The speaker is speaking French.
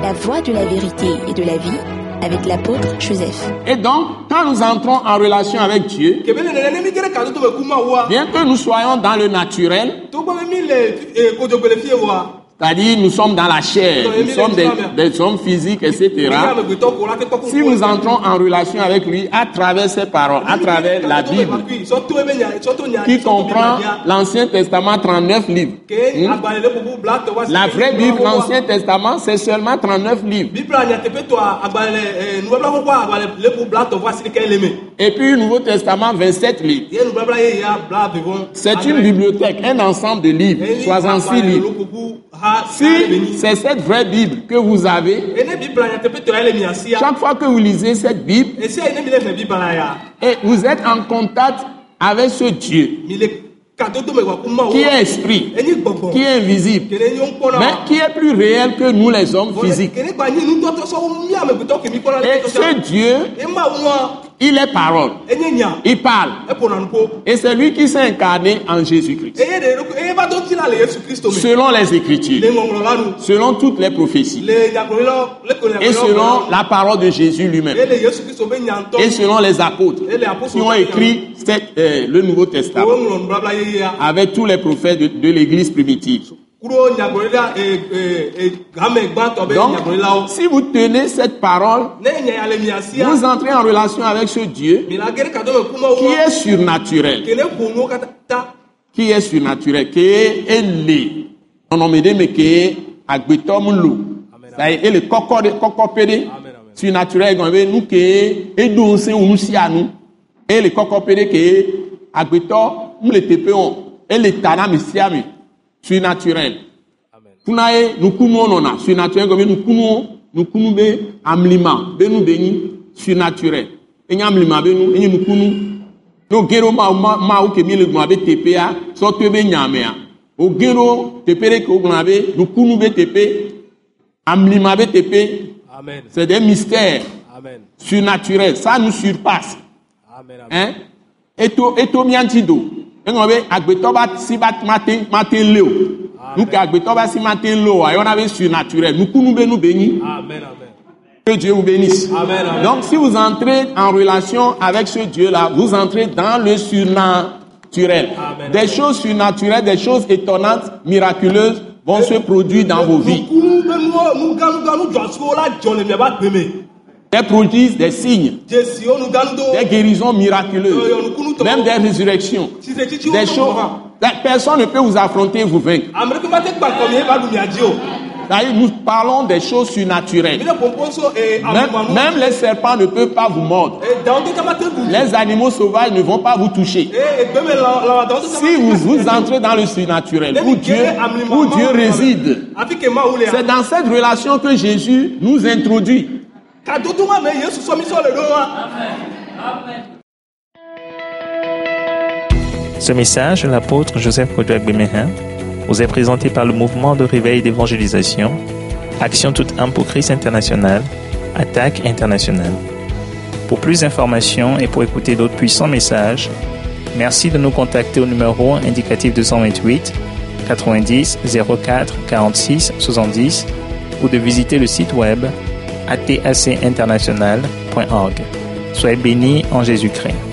la voie de la vérité et de la vie avec l'apôtre Joseph. Et donc, quand nous entrons en relation avec Dieu, bien que nous soyons dans le naturel, c'est-à-dire nous sommes dans la chair, nous sommes des hommes physiques, etc. Si nous entrons en relation avec lui à travers ses paroles, à travers la Bible, qui comprend l'Ancien Testament 39 livres. La vraie Bible, l'Ancien Testament, c'est seulement 39 livres. Et puis le Nouveau Testament, 27 livres. C'est une bibliothèque, un ensemble de livres, 66 livres. Si c'est cette vraie Bible que vous avez, chaque fois que vous lisez cette Bible, et vous êtes en contact avec ce Dieu qui est esprit, qui est invisible, mais qui est plus réel que nous les hommes physiques. Et ce Dieu, il est parole, il parle, et c'est lui qui s'est incarné en Jésus-Christ, selon les Écritures, selon toutes les prophéties, et selon la parole de Jésus lui-même, et selon les apôtres qui ont écrit le Nouveau Testament, avec tous les prophètes de l'Église primitive. Donc, si vous tenez cette parole, vous entrez en relation avec ce Dieu qui est surnaturel. Qui est surnaturel, qui est élevé. On a dit que est agbetomlo. Ça est le cocopédé surnaturel. Nous qui est douce ou nous si à nous. Et le cocopédé qui est agbetom le tepéon et le tanamisiami. Surnaturel. Punae nous kuno nona surnaturel comme nous kunu be amlima be nous beni surnaturel. Enya amlima be nous enyi nous kunu no gero ma o ke mi le gba be tepea so to be nyamea. O gero tepere ko gba be nous kunu be tepe amlima be tepe. Amen. C'est des mystères. Amen. Surnaturels, ça nous surpasse. Amen. Hein? Eto miantido. Ngobe agbetoba si bat matin leo. Nous agbetoba si matin leo, on avait surnaturel. Nous kunube nous béni. Amen, amen. Que Dieu vous bénisse. Amen, amen. Donc si vous entrez en relation avec ce Dieu-là, vous entrez dans le surnaturel. Amen. Des choses surnaturelles, des choses étonnantes, miraculeuses vont se produire dans vos vies. Elles produisent des signes, des guérisons miraculeuses, même des résurrections, des choses. Personne ne peut vous affronter et vous vaincre. Nous parlons des choses surnaturelles. Même les serpents ne peuvent pas vous mordre. Les animaux sauvages ne vont pas vous toucher. Si vous entrez dans le surnaturel, où Dieu réside, c'est dans cette relation que Jésus nous introduit. Ce message de l'apôtre Joseph Kodouak Bemehin vous est présenté par le mouvement de réveil d'évangélisation, Action toute âme pour Christ international, Attaque internationale. Pour plus d'informations et pour écouter d'autres puissants messages, merci de nous contacter au numéro indicatif 228 90 04 46 70 ou de visiter le site web atacinternational.org. Soyez bénis en Jésus-Christ.